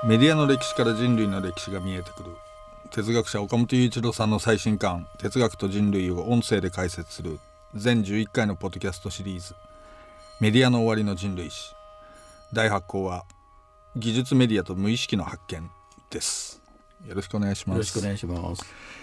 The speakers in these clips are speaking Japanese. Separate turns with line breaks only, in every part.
メディアの歴史から人類の歴史が見えてくる哲学者岡本雄一郎さんの最新刊哲学と人類を音声で解説する全11回のポッドキャストシリーズメディアの終わりの人類史。第8項は技術メディアと無意識の発見です。よろしくお願いします。
よろしくお願いします。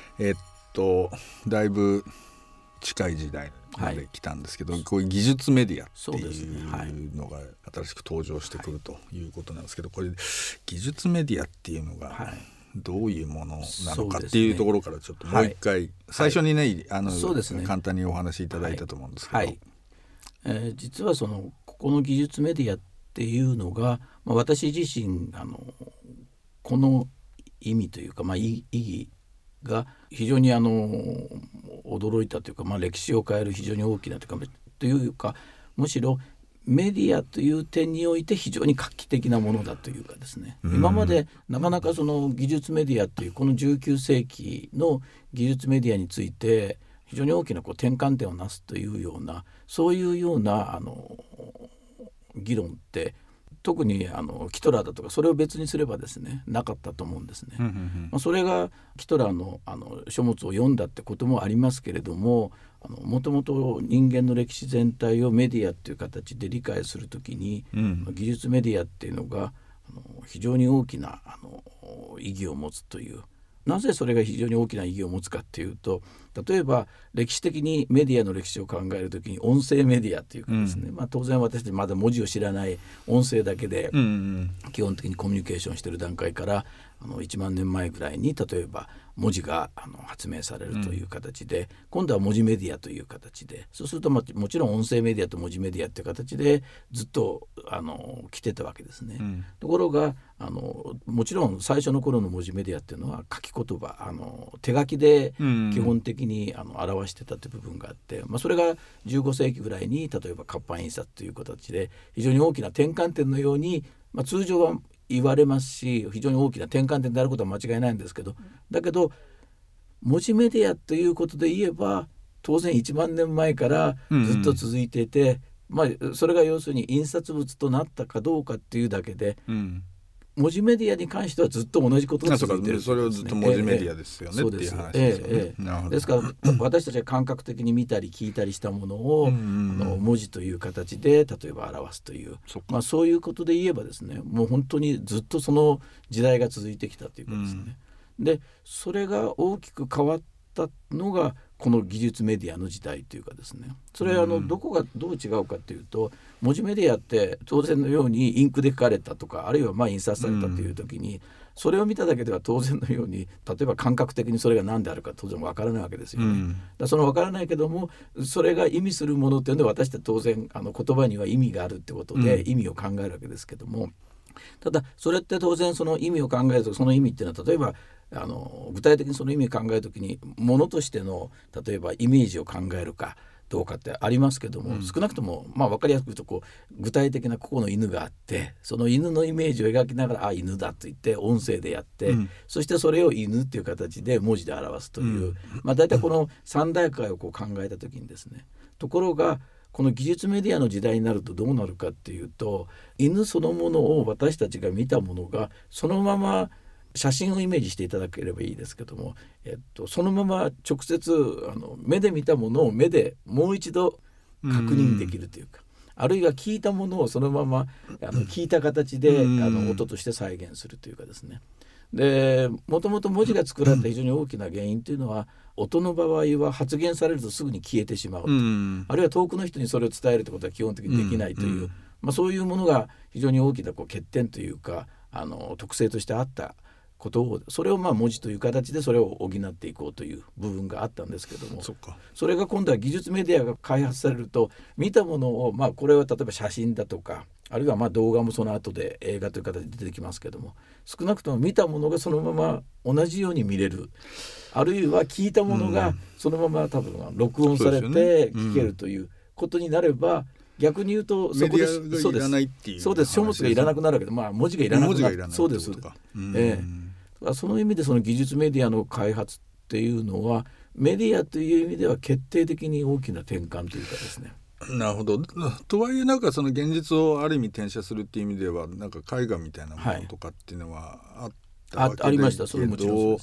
だいぶ近い時代まで来たんですけど、こういう技術メディアっていうのが新しく登場してくるということなんですけど、これ技術メディアっていうのがどういうものなのかっていうところからちょっともう一回、最初にね、簡単にお話しいただいたと思うんですけど、
実はここの技術メディアっていうのが、私自身この意味というか、意義が非常に驚いたというか、歴史を変える非常に大きなというかむしろメディアという点において非常に画期的なものだというかですね、今までなかなかその技術メディアというこの19世紀の技術メディアについて非常に大きな転換点をなすというようなそういうような議論って特にキトラーだとかそれを別にすればですねなかったと思うんですね。それがキトラーの書物を読んだってこともありますけれども、もともと人間の歴史全体をメディアっていう形で理解するときに、技術メディアっていうのが非常に大きな意義を持つという。なぜそれが非常に大きな意義を持つかっていうと、例えば歴史的にメディアの歴史を考えるときに音声メディアというかですね、当然私たちまだ文字を知らない音声だけで基本的にコミュニケーションしている段階から1万年前ぐらいに例えば文字が発明されるという形で、今度は文字メディアという形で、そうするともちろん音声メディアと文字メディアという形でずっと来てたわけですね。ところがもちろん最初の頃の文字メディアっていうのは書き言葉手書きで基本的に表してたという部分があって、それが15世紀ぐらいに例えば活版印刷という形で非常に大きな転換点のように、通常は言われますし非常に大きな転換点であることは間違いないんですけど、だけど文字メディアということで言えば当然1万年前からずっと続いていて、それが要するに印刷物となったかどうかっていうだけで、文字メディアに関してはずっと同じことが続いている、
それをずっと文字メディアですよね、っていう話ですよね。
ですから私たちが感覚的に見たり聞いたりしたものを文字という形で例えば表すという、そういうことで言えばですね、もう本当にずっとその時代が続いてきたというかですね、でそれが大きく変わったのがこの技術メディアの時代というかですね、それはどこがどう違うかというと、文字メディアって当然のようにインクで書かれたとかあるいは印刷されたという時に、それを見ただけでは当然のように例えば感覚的にそれが何であるか当然わからないわけですよね。そのわからないけどもそれが意味するものっていうので私たち当然言葉には意味があるってことで意味を考えるわけですけども、ただそれって当然その意味を考えるとその意味っていうのは例えば具体的にその意味を考えるときにものとしての例えばイメージを考えるかどうかってありますけども、少なくとも分かりやすく言うと具体的なここの犬があってその犬のイメージを描きながら犬だと言って音声でやって、そしてそれを犬っていう形で文字で表すという、大体この三段階を考えたときにですね、ところがこの技術メディアの時代になるとどうなるかっていうと、犬そのものを私たちが見たものがそのまま写真をイメージしていただければいいですけども、そのまま直接目で見たものを目でもう一度確認できるというか、あるいは聞いたものをそのまま聞いた形で音として再現するというかですね。でもともと文字が作られた非常に大きな原因というのは、音の場合は発言されるとすぐに消えてしまうと、あるいは遠くの人にそれを伝えるということは基本的にできないという、そういうものが非常に大きな欠点というか特性としてあったことを、それを文字という形でそれを補っていこうという部分があったんですけども、それが今度は技術メディアが開発されると見たものを、これは例えば写真だとかあるいは動画もその後で映画という形で出てきますけども、少なくとも見たものがそのまま同じように見れる、あるいは聞いたものがそのまま多分録音されて聞けるということになれば、逆に言うとそこで
メディアがいらないっていう、
そうです、書物がいらなくなるわけで、文字がいらなくなる、そうです。その意味でその技術メディアの開発っていうのはメディアという意味では決定的に大きな転換というかですね、
なるほど。とはいえなんかその現実をある意味転写するっていう意味ではなんか絵画みたいなものとかっていうのはあったわけだけど、
ありました。それもちろんそうです。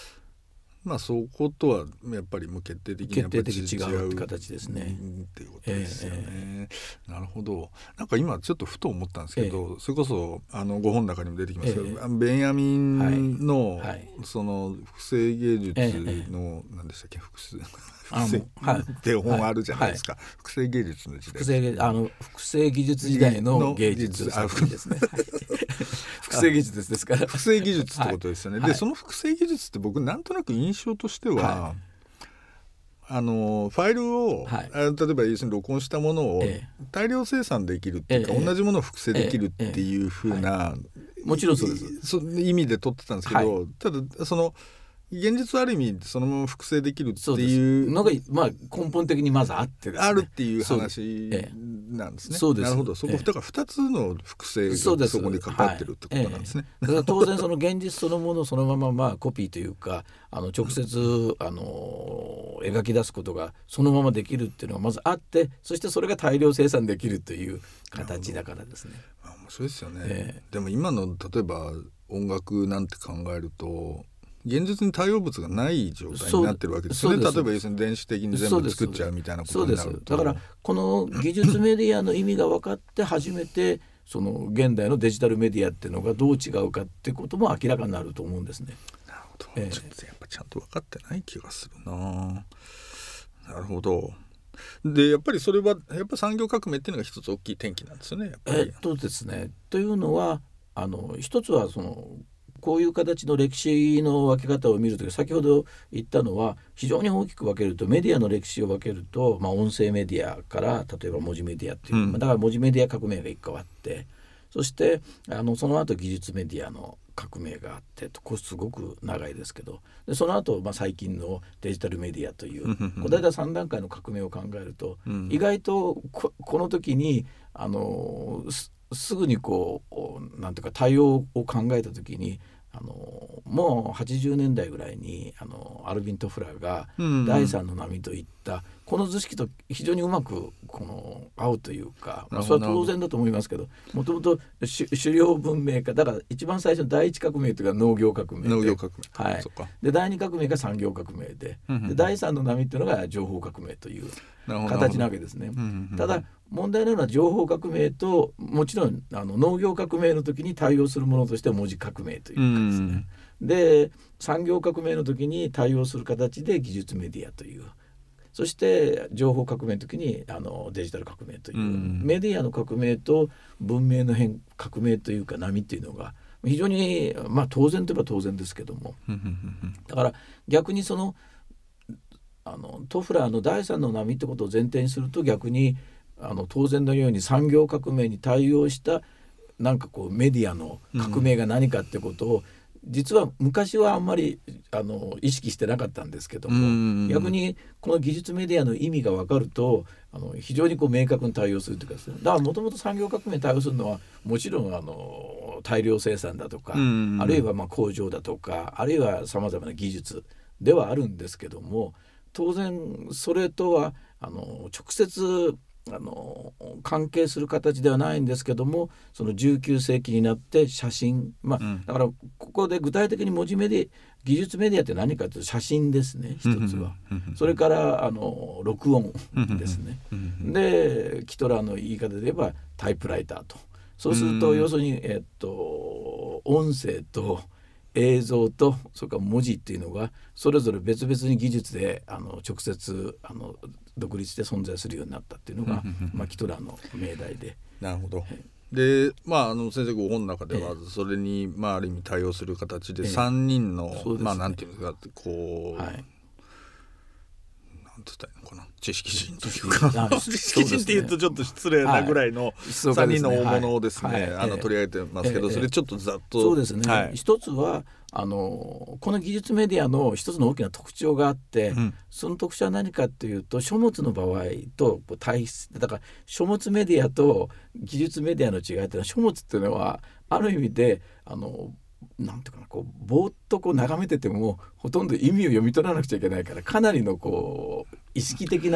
まあそことはやっぱりもう決定的にやっぱり
違うって形ですね。
っていうことですよね。なるほど。なんか今ちょっとふと思ったんですけど、それこそご本の中にも出てきますけど、ベンヤミンの、その複製芸術の、何でしたっけ、複製って本あるじゃないですか。複製芸術の時代。
複製技術時代の芸術作品ですね。複製技術ですから。
複製技術ってことですよね。でその複製技術って僕なんとなく印象としては、ファイルを、例えば要するに録音したものを大量生産できるっていうか、同じものを複製できるっていうふうな、
もちろんそうです。
意味で取ってたんですけど、ただその現実はある意味そのまま複製できるっていう
のが、まあ、根本的にまずあってですね、
あるっていう話なんですね。
そうです。
なるほど。そこだから2つの複製がそこにかかってるってことなんですね。
だから当然その現実そのものをそのまままあコピーというか直接描き出すことがそのままできるっていうのがまずあって、そしてそれが大量生産できるという形だからですね。
面白いですよね。でも今の例えば音楽なんて考えると現実に対応物がない状態になってるわけですよね。例えば要するに電子的に全部作っちゃうみたいなことになると。
だからこの技術メディアの意味が分かって初めてその現代のデジタルメディアっていうのがどう違うかってことも明らかになると思うんですね。
なるほど。ちょっとやっぱちゃんと分かってない気がするな。なるほど。でやっぱりそれはやっぱ産業革命っていうのが一つ大きい転機なんですよね。やっぱり
ですね。というのは一つはそのこういう形の歴史の分け方を見るとき、先ほど言ったのは非常に大きく分けると、メディアの歴史を分けると、音声メディアから例えば文字メディアっていう、だから文字メディア革命が一個あって、そしてその後技術メディアの革命があってと、これすごく長いですけど、でその後、最近のデジタルメディアという大体3段階の革命を考えると、意外とこの時にすぐにこうなんていうか対応を考えた時にもう80年代ぐらいにアルビン・トフラーが第3の波といったこの図式と非常にうまく合うというか、それは当然だと思いますけど、もともと狩猟文明化だから一番最初の第一革命というか農業革命で、第二革命が産業革命で、第3の波というのが情報革命という形なわけですね。ただ問題なのは情報革命ともちろん農業革命の時に対応するものとしては文字革命というかですね、で産業革命の時に対応する形で技術メディアという、そして情報革命の時にデジタル革命という、メディアの革命と文明の革命というか波というのが非常に当然といえば当然ですけども、だから逆にそのトフラーの第3の波ってことを前提にすると、逆に当然のように産業革命に対応したなんかこうメディアの革命が何かってことを、実は昔はあんまり意識してなかったんですけども、逆にこの技術メディアの意味が分かると非常にこう明確に対応するというかですね。だからもともと産業革命に対応するのはもちろん大量生産だとか、あるいは工場だとか、あるいはさまざまな技術ではあるんですけども、当然それとは直接関係する形ではないんですけども、その19世紀になって写真、だからここで具体的に文字メディア技術メディアって何かというと写真ですね、一つは。それから録音ですね。でキトラーの言い方で言えばタイプライターと。そうすると要するに音声と映像とそれから文字っていうのがそれぞれ別々に技術で直接独立して存在するようになったっていうのがキトラーの命題で。
なるほど。で先生ご本の中ではそれにある意味対応する形で3人のなんていうんですか、こうなんて言ったらいいのかな、知識人というか知識人っていうとちょっと失礼なぐらいの3人の大物をですね取り上げてますけど、それちょっとざっと。
そうですね、一つはこの技術メディアの一つの大きな特徴があって、その特徴は何かっていうと、書物の場合と対比だから書物メディアと技術メディアの違いっていうのは、書物っていうのはある意味でなんていうかな、こうぼーっとこう眺めててもほとんど意味を読み取らなくちゃいけないから、かなりのこう意識的な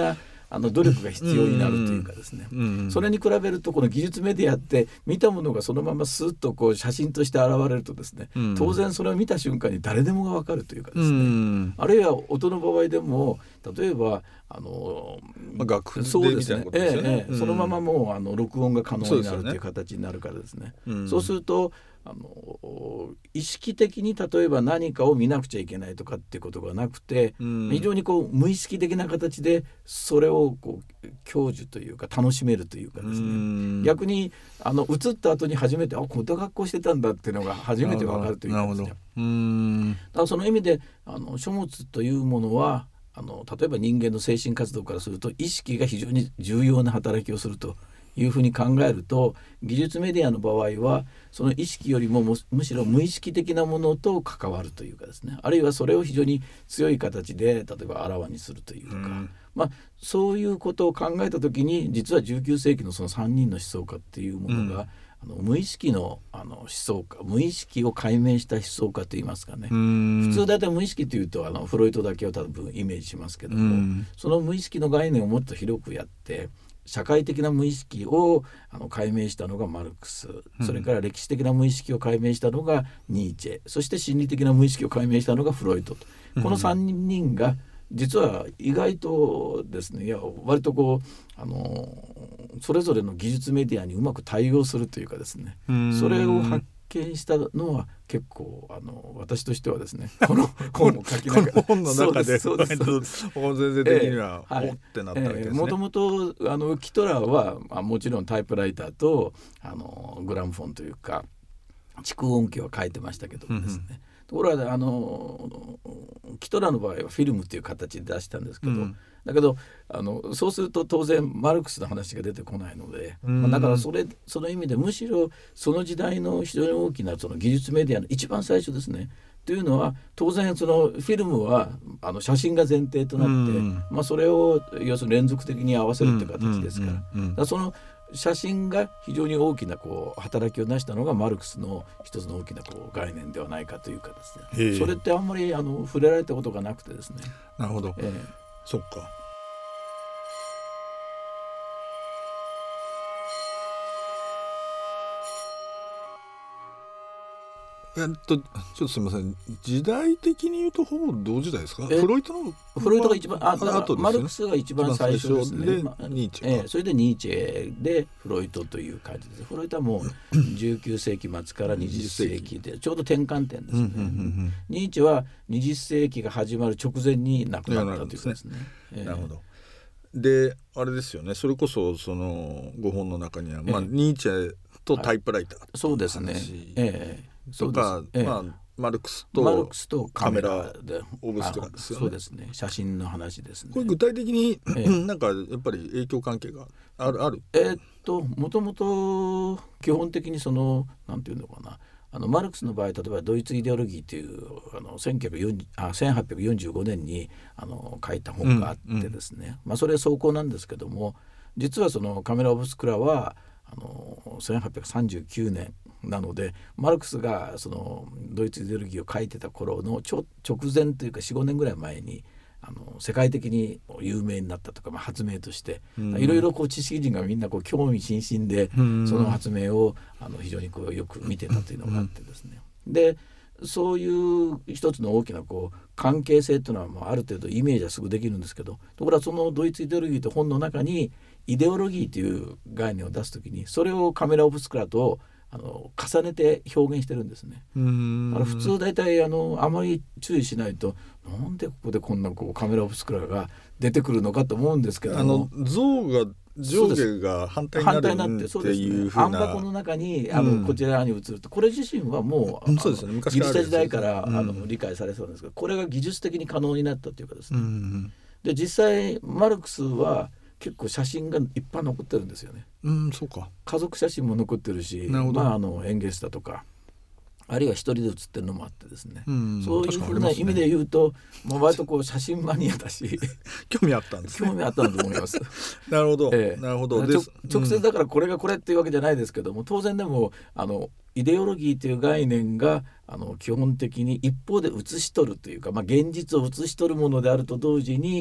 努力が必要になるというかですね、それに比べるとこの技術メディアって見たものがそのままスッとこう写真として現れるとですね、当然それを見た瞬間に誰でもが分かるというかですね、あるいは音の場合でも例えば
楽譜でみたいなことですよね。
そのままもう録音が可能になるという形になるからですね。そうすると意識的に例えば何かを見なくちゃいけないとかっていうことがなくて、非常にこう無意識的な形でそれをこう享受というか楽しめるというかですね、逆に映った後に初めてこんな学校してたんだっていうのが初めて分かるというかですね。だからその意味で書物というものは例えば人間の精神活動からすると意識が非常に重要な働きをするというふうに考えると、技術メディアの場合はその意識よりもむしろ無意識的なものと関わるというかですね、あるいはそれを非常に強い形で例えばあらわにするというか、そういうことを考えた時に実は19世紀のその3人の思想家っていうものが、無意識の思想家、無意識を解明した思想家といいますかね。普通だいたい無意識というとフロイトだけを多分イメージしますけども、その無意識の概念をもっと広くやって社会的な無意識を解明したのがマルクス、それから歴史的な無意識を解明したのがニーチェ、そして心理的な無意識を解明したのがフロイトと、この3人が実は意外とですね、割とこうそれぞれの技術メディアにうまく対応するというかですね、それを発見したのは結構私としてはですね、この本を書きながら
この本の中で全然的にはおってなったわけですね。
もともとキトラーはもちろんタイプライターとグラムフォンというか蓄音機は書いてましたけどもですね、ところがキトラの場合はフィルムという形で出したんですけど、だけどそうすると当然マルクスの話が出てこないので、だからその意味でむしろその時代の非常に大きなその技術メディアの一番最初ですねというのは、当然そのフィルムは写真が前提となって、それを要するに連続的に合わせるという形ですから、だからその写真が非常に大きな働きを成したのがマルクスの一つの大きな概念ではないかというかですね、それってあんまり触れられたことがなくてですね。
なるほど、そっか。ちょっとすみません、時代的に言うとほぼ同時代ですか？フロイト
が一番マルクスが一番最初ですね。
ニーチェ
それでニーチェでフロイトという感じです。フロイトはもう19世紀末から20世紀でちょうど転換点ですね。ニーチェは20世紀が始まる直前に亡くなったということですね。
なるほど。であれですよね、それこそその5本の中には、ニーチェとタイプライターという話、
そうですね。
とか、マルクスとカメラでオブスクラですよね。
そうですね、写真の話ですね。
これ具体的になんかやっぱり影響関係がある？
もともと基本的になんていうのかな、マルクスの場合例えばドイツイデオロギーという1845年に書いた本があってですね、それは草稿なんですけども、実はそのカメラオブスクラは1839年なので、マルクスがそのドイツイデオロギーを書いてた頃の直前というか 4,5 年ぐらい前に世界的に有名になったとか、発明としていろいろ知識人がみんな興味津々でその発明を非常によく見てたというのがあってですね、でそういう一つの大きな関係性というのはある程度イメージはすぐできるんですけど、ところがそのドイツイデオロギーと本の中にイデオロギーという概念を出すときにそれをカメラオブスクラと重ねて表現してるんですね。普通大体あまり注意しないとなんでここでこんなカメラオブスクラが出てくるのかと思うんですけども、
像が上下が反対になるっていうふうな
暗箱の中にこちらに映ると、これ自身はもう、
そうですね、
ギリシャ時代から理解されそうなんですけど、これが技術的に可能になったというかですね、で実際マルクスは結構写真がいっぱい残ってるんですよね。
そうか。
家族写真も残ってるし、エンゲスだとかあるいは一人で写ってるのもあってですね、そういうふうな意味で言うと、割と写真マニアだし
興味あったんですね。
興味あったんだと思います
なるほど、なるほど。
直接だからこれがこれっていうわけじゃないですけども、当然でもイデオロギーという概念が基本的に一方で写し取るというか、現実を写し取るものであると同時に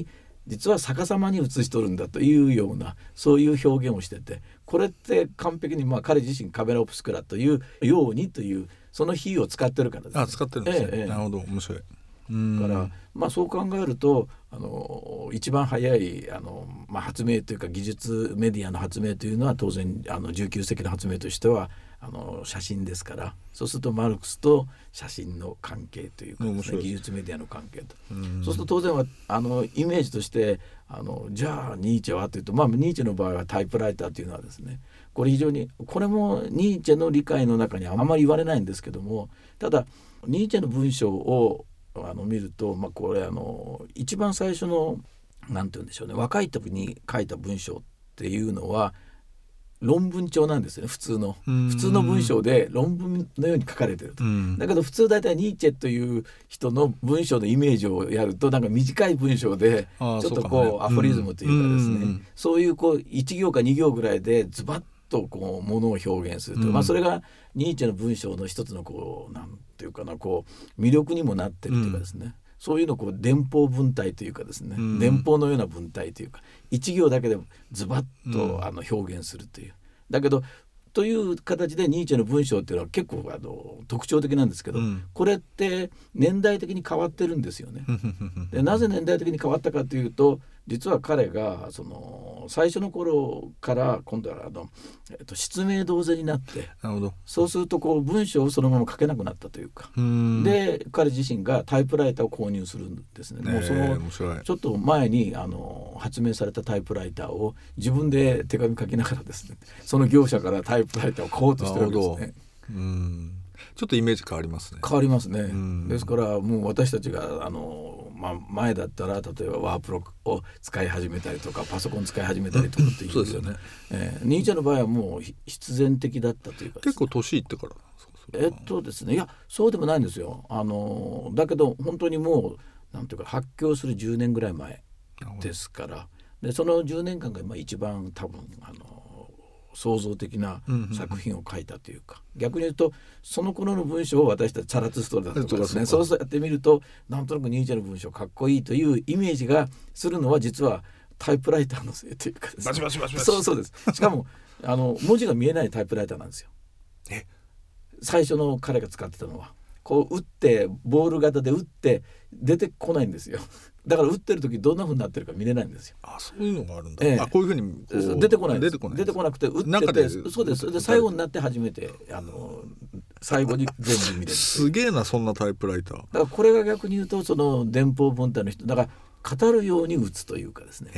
実は逆さまに写し取るんだというようなそういう表現をしてて、これって完璧に彼自身カメラオブスクラというようにというその比喩を使ってるからですね。
使ってるんですね、なるほど、面白い。
から、そう考えると一番早い発明というか技術メディアの発明というのは当然19世紀の発明としては写真ですから、そうするとマルクスと写真の関係というかですね、技術メディアの関係と、そうすると当然はイメージとしてじゃあニーチェはというと、ニーチェの場合はタイプライターというのはですね、これもニーチェの理解の中にはあまり言われないんですけども、ただニーチェの文章を見ると、これ一番最初のなんて言うんでしょうね、若い時に書いた文章っていうのは論文帳なんですよね。普通の文章で論文のように書かれてると。だけど普通大体ニーチェという人の文章のイメージをやるとなんか短い文章でちょっとアフォリズムというかですね、そういう1行か2行ぐらいでズバッとものを表現すると、それがニーチェの文章の一つのなんていうかな魅力にもなってるというかですね、そういうのを電報文体というかですね、電報のような文体というか一行だけでもズバッと表現するという、だけどという形でニーチェの文章っていうのは結構特徴的なんですけど、これって年代的に変わってるんですよね。でなぜ年代的に変わったかというと、実は彼が最初の頃から今度は失明同然になって、そうすると文章をそのまま書けなくなったというか、で彼自身がタイプライターを購入するんですね。もうちょっと前に発明されたタイプライターを自分で手紙書きながらですね、その業者からタイプライターを買おうとしてるわけですね。
ちょっとイメージ変わりますね。
変わりますね。ですからもう私たちが前だったら例えばワープロを使い始めたりとかパソコン使い始めたりとかっていう
そうですよね。
ニーチェの場合はもう必然的だったというか、
結構年いってから
ですね、いやそうでもないんですよ。だけど本当にもうなんていうか発狂する10年ぐらい前ですから、でその10年間が一番多分創造的な作品を書いたというか、逆に言うとその頃の文章を私たちチャラツストだとかですね、そうやってみるとなんとなくニーチェの文章かっこいいというイメージがするのは実はタイプライターのせいというかですね、
バチバチバチバチ、
そうです。しかも文字が見えないタイプライターなんですよ。最初の彼が使ってたのは打ってボール型で打って出てこないんですよ。だから打ってる時どんな風になってるか見れないんですよ。
そういうのがあるんだ。こういう風に
出てこない出てこなくて打ってて、そうです。で最後になって初めて最後に全部見れる。
すげえな、そんなタイプライター。だ
からこれが逆に言うとその電報文体の人だから語るように打つというかですね。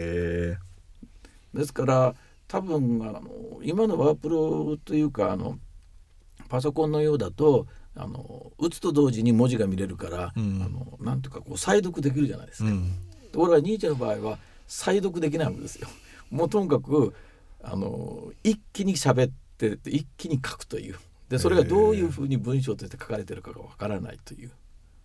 ですから多分今のワープロというかパソコンのようだと打つと同時に文字が見れるから、なんていうか再読できるじゃないですか。ところがニーチェの場合は再読できないんですよ。もうとにかく一気に喋って一気に書くという、でそれがどういうふうに文章として書かれてるかがわからないという。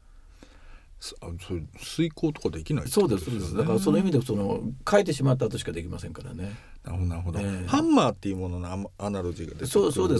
遂行とかできない、
そうです。だからその意味で書いてしまった後しかできませんからね。
なるほど。ハンマーっていうもののアナロジーが出てくるんですね。
そうです。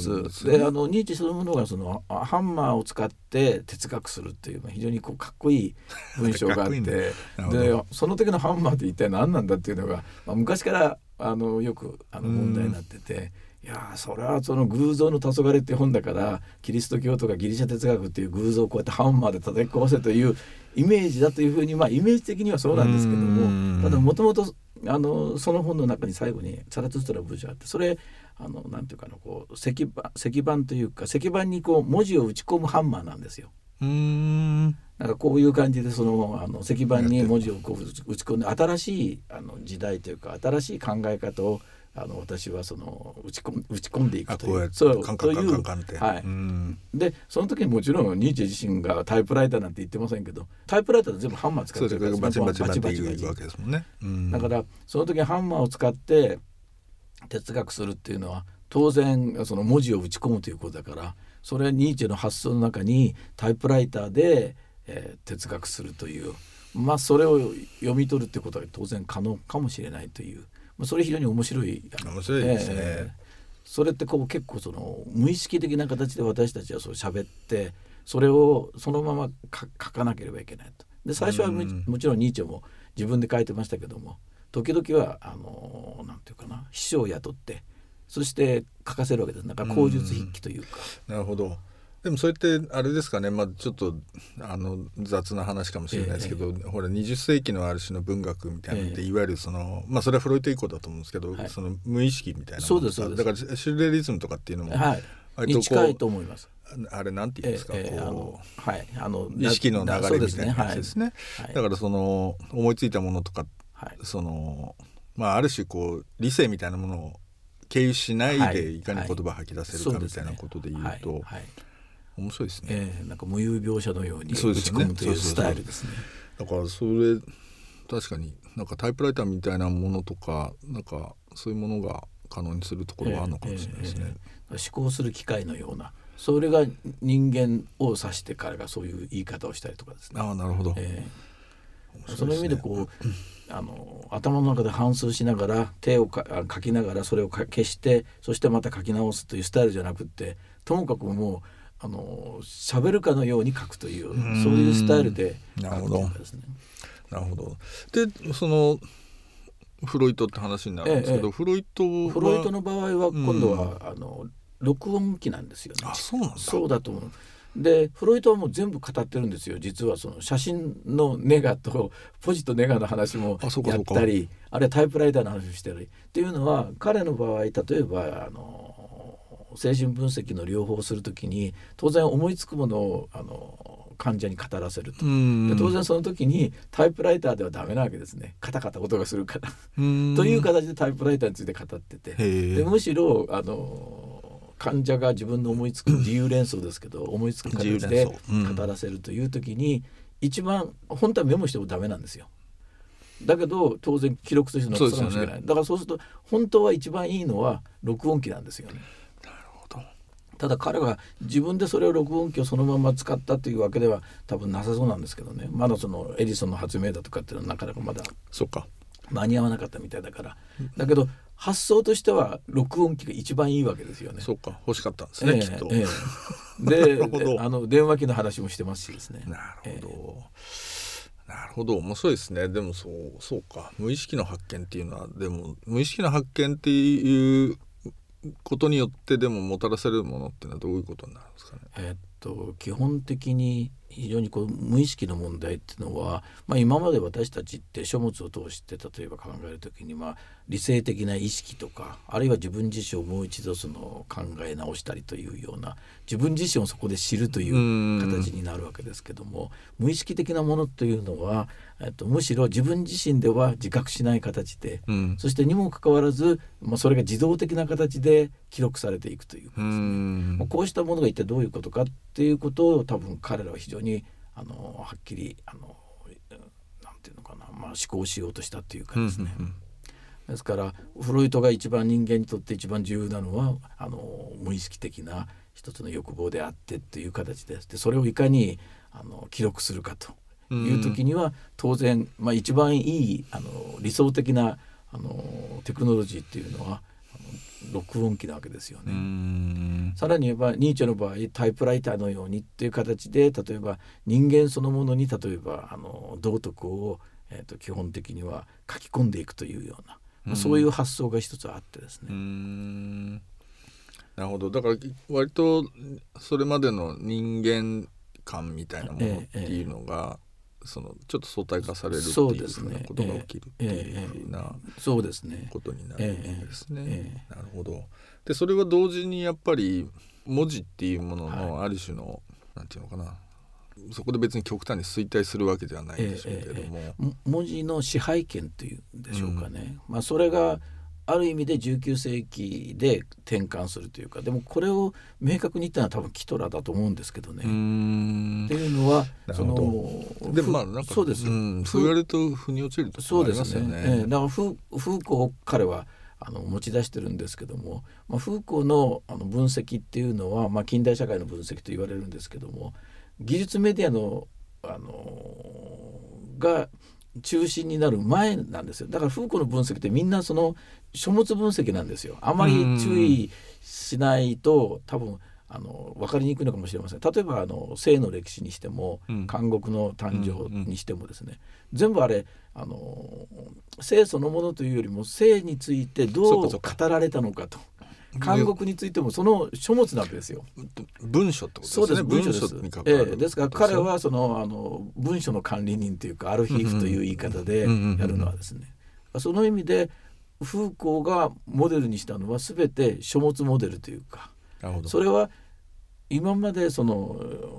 でニーチェそのものがハンマーを使って哲学するっていう非常にかっこいい文章があってでその時のハンマーって一体何なんだっていうのが、昔からよく問題になってて、いやそれはその偶像の黄昏って本だからキリスト教とかギリシャ哲学っていう偶像をこうやってハンマーで叩き壊せというイメージだというふうに、イメージ的にはそうなんですけども、ただもともとその本の中に最後にサラツストラの文章があって、それなんていうか石板というか石板に文字を打ち込むハンマーなんですよ。なんかこういう感じで石板に文字を打ち込んで新しい時代というか新しい考え方を私は打ち込んでいくという、
そうカンカンって、
でその時にもちろんニーチェ自身がタイプライターなんて言ってませんけど、タイプライターって全部ハンマー使ってるから
バチバチバチバチ言うわけですもんね。
だからその時にハンマーを使って哲学するっていうのは当然その文字を打ち込むということだから、それはニーチェの発想の中にタイプライターで、哲学するという、それを読み取るってことは当然可能かもしれないという、それ非常に面白い
ですね。
それって結構無意識的な形で私たちは喋ってそれをそのまま書かなければいけないと。 で最初はもちろんニーチェも自分で書いてましたけども、時々はなんていうかな、秘書を雇ってそして書かせるわけです。なんか口述筆記というか。
なるほど。でもそれってあれですかね、ちょっと雑な話かもしれないですけど、ほら20世紀のある種の文学みたいなのって、いわゆるそれはフロイト以降だと思うんですけど、その無意識みたいなものとか、だからシュレリズムとかっていうのも、
に近いと思います。
あれなんて言うんですか、
意
識の流れみたいなやつですね。だから思いついたものとか、ある種理性みたいなものを経由しないでいかに言葉を吐き出せるかみたいなことで言うと、面白いですね。
なんか無有描写のように打ち込むというスタイルですね。
だからそれ確かになんかタイプライターみたいなものとか、なんかそういうものが可能にするところがあるのかもしれないですね。
思考する機械のような、それが人間を指して彼がそういう言い方をしたりとかですね。
なるほど。
その意味で頭の中で反芻しながら手を書きながらそれを消して、そしてまた書き直すというスタイルじゃなくって、ともかくもう喋るかのように書くという、そういうスタイルで書くというかですね。
なるほど。でフロイトって話になるんですけど、フロイト
の場合は今度は、録音機なんですよね。
そうなんだ。
そうだと思う。でフロイトはもう全部語ってるんですよ。実はその写真のネガとポジとネガの話もやったり、あるいはタイプライターの話をしたりっていうのは、彼の場合例えば精神分析の療法をするときに当然思いつくものを患者に語らせると。で当然その時にタイプライターではダメなわけですね。カタカタ音がするからという形でタイプライターについて語ってて、でむしろ患者が自分の思いつく自由連想ですけど思いつく形で語らせるという時に、一番本当はメモしてもダメなんですよ。だけど当然記録として残さなきゃいけない。だからそうすると本当は一番いいのは録音機なんですよね。
なるほど。
ただ彼が自分でそれを録音機をそのまま使ったというわけでは多分なさそうなんですけどね。まだそのエジソンの発明だとかっていうのはなかなかまだ間に合わなかったみたいだから。だけど発想としては録音機が一番いいわけですよね。
そうか、欲しかったんですね、きっと。
で電話機の話もしてますしですね。
なるほど、なるほど、面白いですね。でもそうか、無意識の発見っていうのは、でも無意識の発見っていうことによってでももたらされるものっていうのはどういうことになるんですかね。
基本的に非常に無意識の問題っていうのは、今まで私たちって書物を通して例えば考えるときに、理性的な意識とか、あるいは自分自身をもう一度考え直したりというような、自分自身をそこで知るという形になるわけですけども、無意識的なものというのは、むしろ自分自身では自覚しない形で、そしてにもかかわらず、それが自動的な形で記録されていくというかですね。こうしたものが一体どういうことかっていうことを多分彼らは非常にはっきりなんていうのかな、思考しようとしたっていうかですね。ですからフロイトが一番人間にとって一番重要なのは無意識的な一つの欲望であってっていう形です。でそれをいかに記録するかという時には、当然、一番いい理想的なテクノロジーっていうのは録音機なわけですよね。さらに言えばニーチェの場合タイプライターのようにっていう形で、例えば人間そのものに例えば道徳を、基本的には書き込んでいくというような、そういう発想が一つあってですね。
なるほど。だから割とそれまでの人間観みたいなものっていうのが、ちょっと相対化されるっていうふうなことが起きるっていうふうなことになるんですね。なるほど。でそれは同時にやっぱり文字っていうもののある種の、なんていうのかな、そこで別に極端に衰退するわけではないでしょうけれども、
文字の支配権というんでしょうかね。それがある意味で19世紀で転換するというか、でもこれを明確に言ったのは多分キトラだと思うんですけどね。っていうのは
でもなんかそうですよ、そう言われると腑に落ちるところありますよね。
だからフーコー彼は持ち出してるんですけども、フーコーの分析っていうのは、近代社会の分析と言われるんですけども、技術メディアの、が中心になる前なんですよ。だからフーコーの分析ってみんなその書物分析なんですよ。あまり注意しないと多分分かりにくいのかもしれません。例えば性の歴史にしても、監獄の誕生にしてもですね、全部あれ性そのものというよりも性についてどう語られたのかと。監獄についてもその書物なわけですよ。
文書ってことですね。
そうです、文書です。
に関わる
ですから彼はその文書の管理人というかアルヒーフという言い方でやるのはですね、その意味でフーコーがモデルにしたのは全て書物モデルというか、それは今までその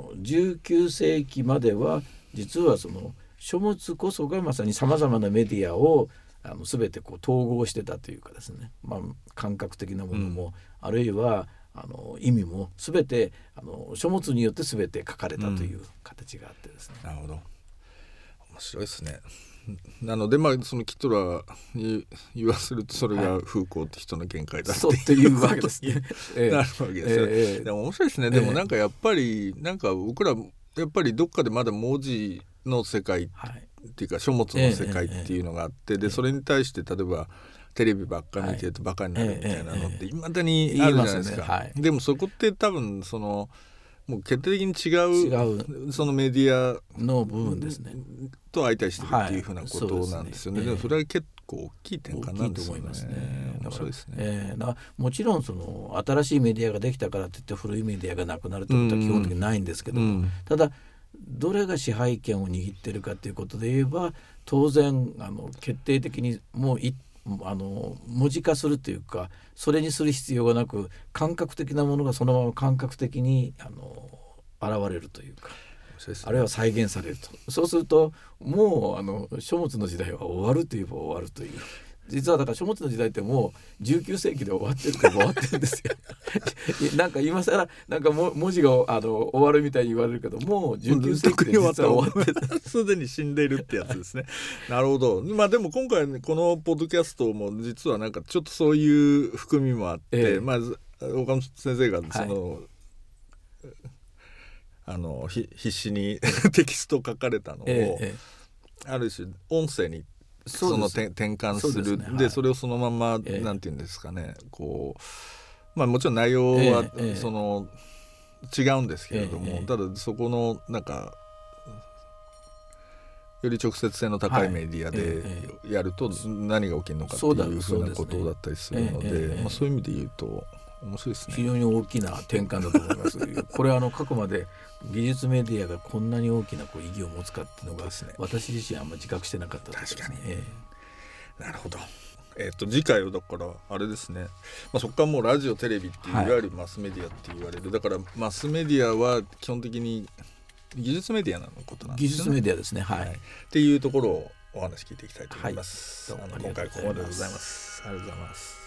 19世紀までは実はその書物こそがまさにさまざまなメディアを全てこう統合してたというかですね、感覚的なものも、あるいは意味も全て書物によって全て書かれたという形があってですね、
なるほど、面白いですね。なのでそのキトラ言わせるとそれがフーコーって人の見解だ
っていうわけですね。
なるわけですよ。でも面白いですね。でもなんかやっぱり僕らやっぱりどっかでまだ文字の世界っていうか書物の世界っていうのがあって、でそれに対して例えばテレビばっか見てるとバカになるみたいなのっていまだにあるじゃないですか。でもそこって多分そのもう決定的に違うそのメディア
の部分ですね
と相対してるっていうふうなことなんですよね。でもそれは結構大きい転換なんですよね。
大きいと思いますね。
面白いですね。
もちろんその新しいメディアができたからといって古いメディアがなくなるということは基本的にないんですけども、ただどれが支配権を握っているかということで言えば当然決定的にもう文字化するというかそれにする必要がなく感覚的なものがそのまま感覚的に現れるというか、あるいは再現されると。そうするともう書物の時代は終わるといえば終わるという。実はだから書物の時代ってもう19世紀で終わってるか終わってるんですよ。なんか今更なんか文字が終わるみたいに言われるけどもう19世紀で実は終わってる
すでに死んでいるってやつですね。なるほど。でも今回、このポッドキャストも実はなんかちょっとそういう含みもあって、岡本先生がその、必死にテキストを書かれたのを、ある種音声にその転換する。でそれをそのままなんていうんですかね、こうもちろん内容はその違うんですけれども、ただそこのなんかより直接性の高いメディアでやると何が起きるのかっていうふうなことだったりするので、そういう意味で言うと面白いですね。
非常に大きな転換だと思います。これは過去まで技術メディアがこんなに大きな意義を持つかっていうのが、私自身あんまり自覚してなかったですね。
確かに、なるほど。次回はだからあれですね、そこからもうラジオテレビっていういわゆるマスメディアって言われる、だからマスメディアは基本的に技術メディアのことなんですよね。
技術メディアですね、
っていうところをお話聞いていきたいと思います。
今
回ここまででございます。ありがとうございます。